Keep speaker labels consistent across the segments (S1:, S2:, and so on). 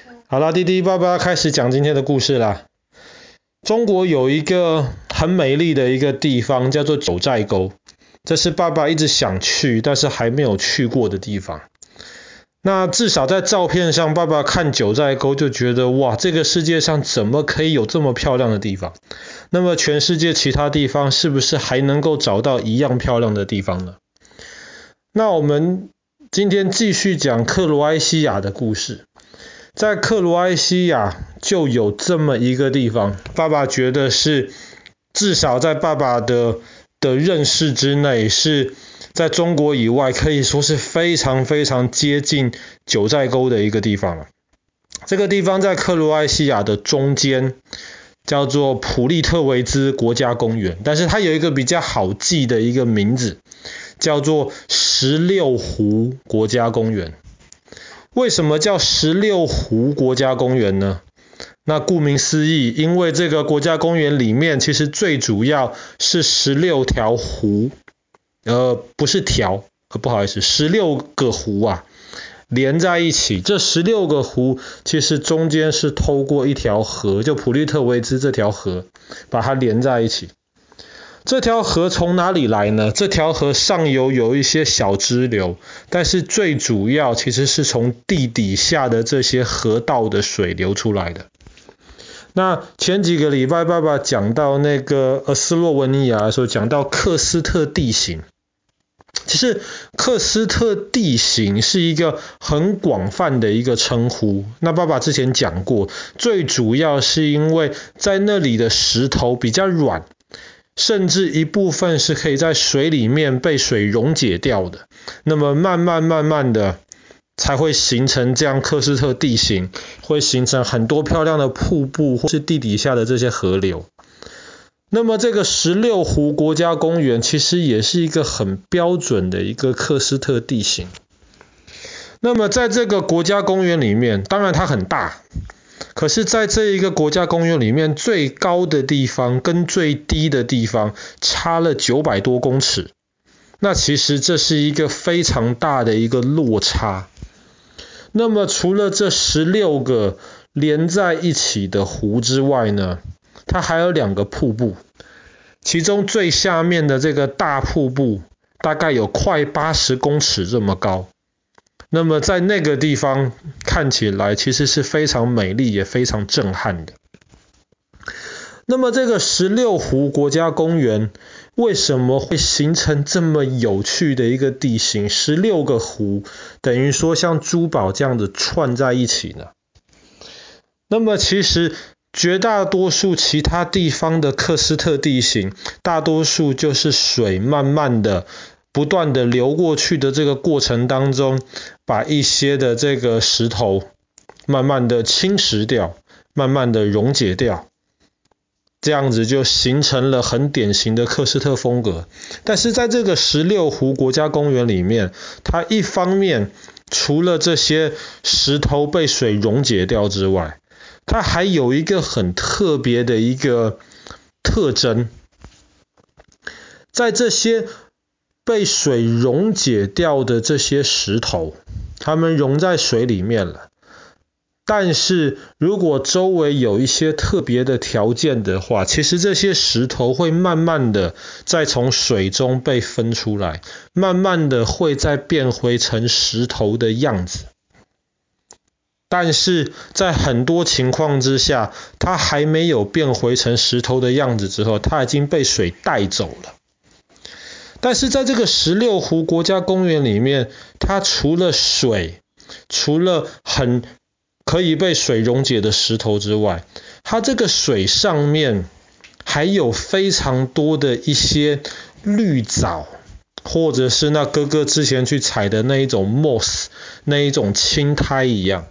S1: 好啦，弟弟爸爸开始讲今天的故事啦。中国有一个很美丽的一个地方叫做九寨沟，这是爸爸一直想去但是还没有去过的地方。那至少在照片上，爸爸看九寨沟就觉得哇，这个世界上怎么可以有这么漂亮的地方？那么全世界其他地方是不是还能够找到一样漂亮的地方呢？那我们今天继续讲克罗埃西亚的故事。在克罗埃西亚就有这么一个地方，爸爸觉得是至少在爸爸的认识之内，是在中国以外可以说是非常非常接近九寨沟的一个地方了。这个地方在克罗埃西亚的中间，叫做普利特维兹国家公园，但是它有一个比较好记的一个名字，叫做16湖国家公园。为什么叫16湖国家公园呢？那顾名思义，因为这个国家公园里面其实最主要是16条湖，不是条，不好意思，16个湖啊，连在一起。这16个湖其实中间是透过一条河，就普利特维兹这条河，把它连在一起。这条河从哪里来呢？这条河上游有一些小支流，但是最主要其实是从地底下的这些河道的水流出来的。那前几个礼拜爸爸讲到那个斯洛文尼亚的时候，讲到喀斯特地形。其实喀斯特地形是一个很广泛的一个称呼，那爸爸之前讲过，最主要是因为在那里的石头比较软，甚至一部分是可以在水里面被水溶解掉的，那么慢慢的才会形成这样喀斯特地形，会形成很多漂亮的瀑布或是地底下的这些河流。那么这个16湖国家公园其实也是一个很标准的一个喀斯特地形。那么在这个国家公园里面，当然它很大，可是在这一个国家公园里面，最高的地方跟最低的地方差了900多公尺。那其实这是一个非常大的一个落差。那么除了这16个连在一起的湖之外呢，它还有2个瀑布，其中最下面的这个大瀑布大概有快80公尺这么高。那么在那个地方看起来其实是非常美丽也非常震撼的。那么这个16湖国家公园为什么会形成这么有趣的一个地形？16个湖等于说像珠宝这样子串在一起呢？那么其实绝大多数其他地方的喀斯特地形，大多数就是水慢慢的不断的流过去的这个过程当中，把一些的这个石头慢慢的侵蚀掉，慢慢的溶解掉，这样子就形成了很典型的喀斯特风格。但是在这个16湖国家公园里面，它一方面除了这些石头被水溶解掉之外，它还有一个很特别的一个特征，在这些被水溶解掉的这些石头，它们溶在水里面了，但是如果周围有一些特别的条件的话，其实这些石头会慢慢的再从水中被分出来，慢慢的会再变回成石头的样子。但是在很多情况之下，它还没有变回成石头的样子之后，它已经被水带走了。但是在这个16湖国家公园里面，它除了水，除了很可以被水溶解的石头之外，它这个水上面还有非常多的一些绿藻，或者是那哥哥之前去采的那一种 moss， 那一种青苔一样。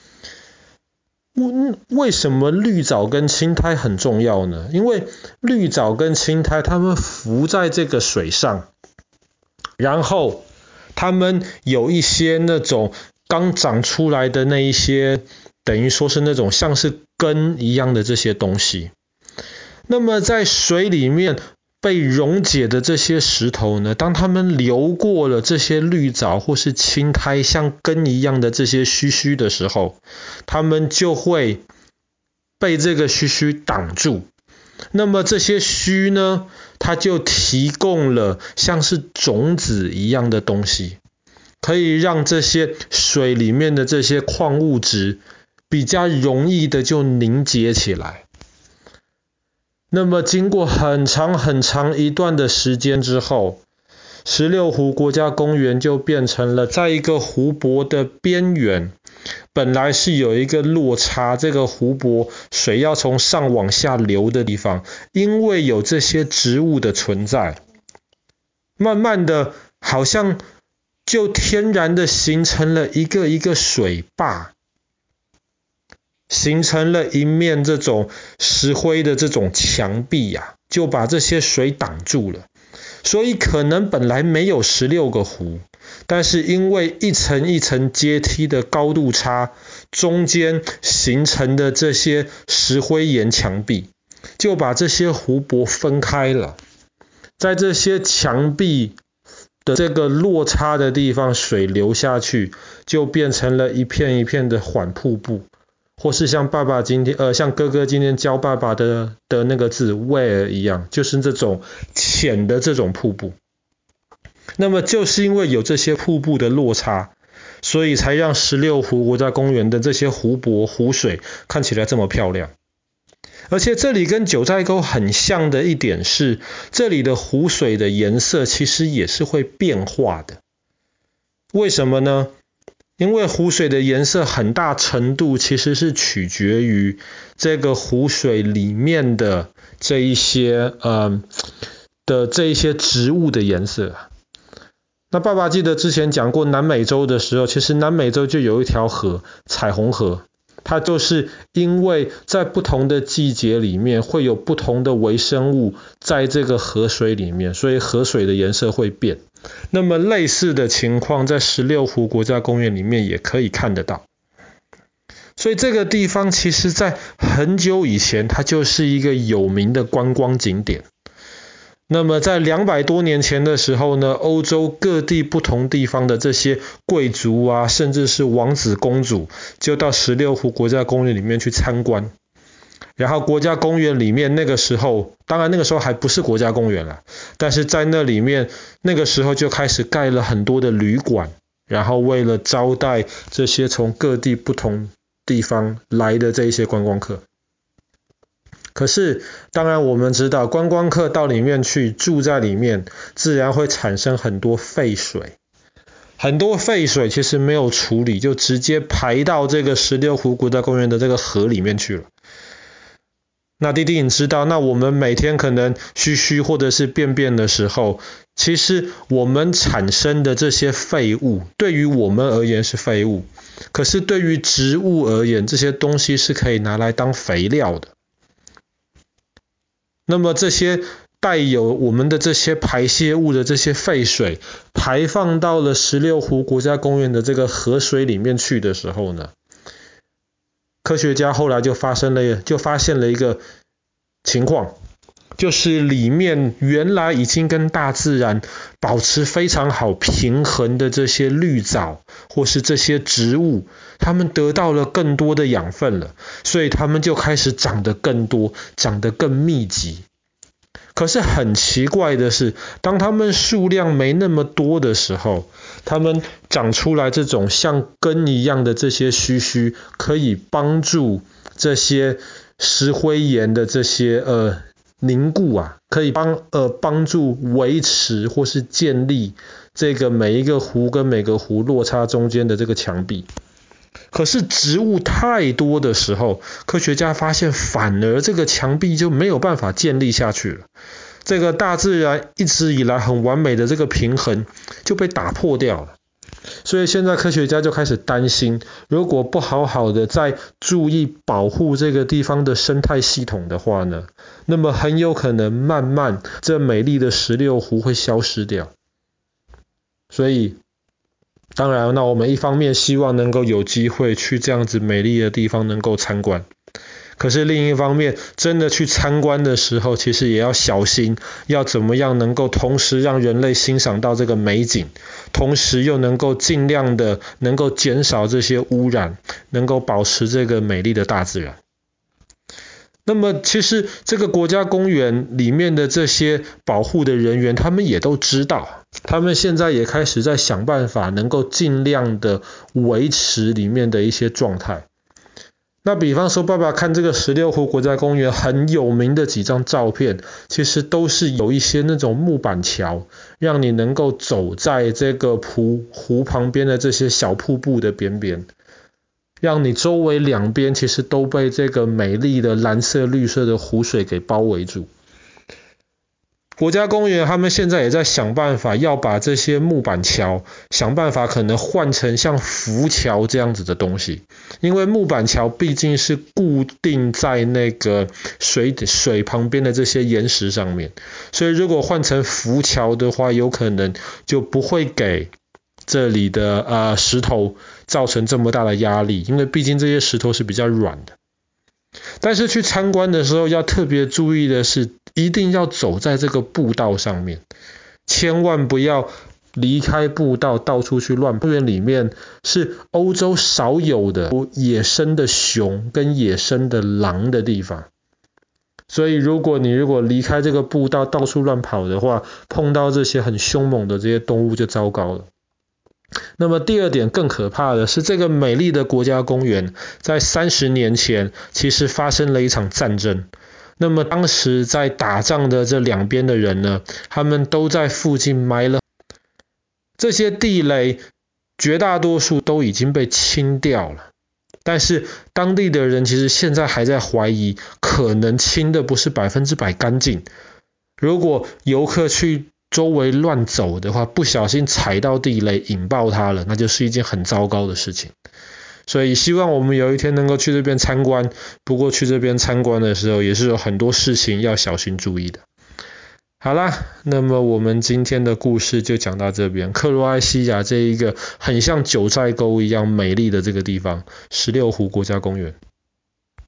S1: 为什么绿藻跟青苔很重要呢？因为绿藻跟青苔它们浮在这个水上，然后它们有一些那种刚长出来的那一些，等于说是那种像是根一样的这些东西。那么在水里面被溶解的这些石头呢，当它们流过了这些绿藻或是青苔像根一样的这些须须的时候，它们就会被这个须须挡住。那么这些须呢，它就提供了像是种子一样的东西，可以让这些水里面的这些矿物质比较容易的就凝结起来。那么经过很长一段的时间之后，十六湖国家公园就变成了在一个湖泊的边缘，本来是有一个落差，这个湖泊水要从上往下流的地方，因为有这些植物的存在，慢慢的好像就天然的形成了一个水坝，形成了一面这种石灰的这种墙壁啊，就把这些水挡住了。所以可能本来没有16个湖，但是因为一层一层阶梯的高度差，中间形成的这些石灰岩墙壁，就把这些湖泊分开了。在这些墙壁的这个落差的地方，水流下去，就变成了一片一片的缓瀑布，或是像像哥哥今天教爸爸的那个字 where 一样，就是这种浅的这种瀑布。那么就是因为有这些瀑布的落差，所以才让16湖国家公园的这些湖泊湖水看起来这么漂亮。而且这里跟九寨沟很像的一点是，这里的湖水的颜色其实也是会变化的。为什么呢？因为湖水的颜色很大程度其实是取决于这个湖水里面的这一些植物的颜色。那爸爸记得之前讲过南美洲的时候，其实南美洲就有一条河，彩虹河。它就是因为在不同的季节里面会有不同的微生物在这个河水里面，所以河水的颜色会变。那么类似的情况在16湖国家公园里面也可以看得到。所以这个地方其实在很久以前它就是一个有名的观光景点。那么在200多年前的时候呢，欧洲各地不同地方的这些贵族啊，甚至是王子公主，就到16湖国家公园里面去参观。然后国家公园里面那个时候，当然那个时候还不是国家公园了，但是在那里面那个时候就开始盖了很多的旅馆，然后为了招待这些从各地不同地方来的这一些观光客。可是当然我们知道，观光客到里面去住在里面，自然会产生很多废水。很多废水其实没有处理，就直接排到这个16湖国家公园的这个河里面去了。那弟弟你知道，那我们每天可能嘘或者是便便的时候，其实我们产生的这些废物，对于我们而言是废物，可是对于植物而言，这些东西是可以拿来当肥料的。那么这些带有我们的这些排泄物的这些废水排放到了16湖国家公园的这个河水里面去的时候呢，科学家后来就发现了一个情况，就是里面原来已经跟大自然保持非常好平衡的这些绿藻或是这些植物，它们得到了更多的养分了，所以它们就开始长得更多，长得更密集。可是很奇怪的是，当它们数量没那么多的时候，它们长出来这种像根一样的这些须须，可以帮助这些石灰岩的这些凝固啊，可以帮助维持或是建立这个每一个湖跟每个湖落差中间的这个墙壁。可是植物太多的时候，科学家发现反而这个墙壁就没有办法建立下去了。这个大自然一直以来很完美的这个平衡就被打破掉了。所以现在科学家就开始担心，如果不好好的再注意保护这个地方的生态系统的话呢，那么很有可能慢慢这美丽的16湖会消失掉。所以当然，那我们一方面希望能够有机会去这样子美丽的地方能够参观， 可是另一方面，真的去参观的时候，其实也要小心，要怎么样能够同时让人类欣赏到这个美景，同时又能够尽量的能够减少这些污染，能够保持这个美丽的大自然。那么其实这个国家公园里面的这些保护的人员，他们也都知道，他们现在也开始在想办法能够尽量的维持里面的一些状态。那比方说爸爸看这个16湖国家公园很有名的几张照片，其实都是有一些那种木板桥，让你能够走在这个湖旁边的这些小瀑布的边边，让你周围两边其实都被这个美丽的蓝色绿色的湖水给包围住。国家公园他们现在也在想办法要把这些木板桥想办法可能换成像浮桥这样子的东西，因为木板桥毕竟是固定在那个水旁边的这些岩石上面，所以如果换成浮桥的话，有可能就不会给这里的石头造成这么大的压力，因为毕竟这些石头是比较软的。但是去参观的时候要特别注意的是，一定要走在这个步道上面，千万不要离开步道到处去乱跑。公园里面是欧洲少有的野生的熊跟野生的狼的地方，所以如果离开这个步道到处乱跑的话，碰到这些很凶猛的这些动物就糟糕了。那么第二点更可怕的是，这个美丽的国家公园在30年前其实发生了一场战争。那么当时在打仗的这两边的人呢，他们都在附近埋了这些地雷，绝大多数都已经被清掉了。但是当地的人其实现在还在怀疑，可能清的不是100%干净。如果游客去周围乱走的话，不小心踩到地雷引爆它了，那就是一件很糟糕的事情。所以希望我们有一天能够去这边参观，不过去这边参观的时候也是有很多事情要小心注意的。好啦，那么我们今天的故事就讲到这边。克罗埃西亚这一个很像九寨沟一样美丽的这个地方，16湖国家公园。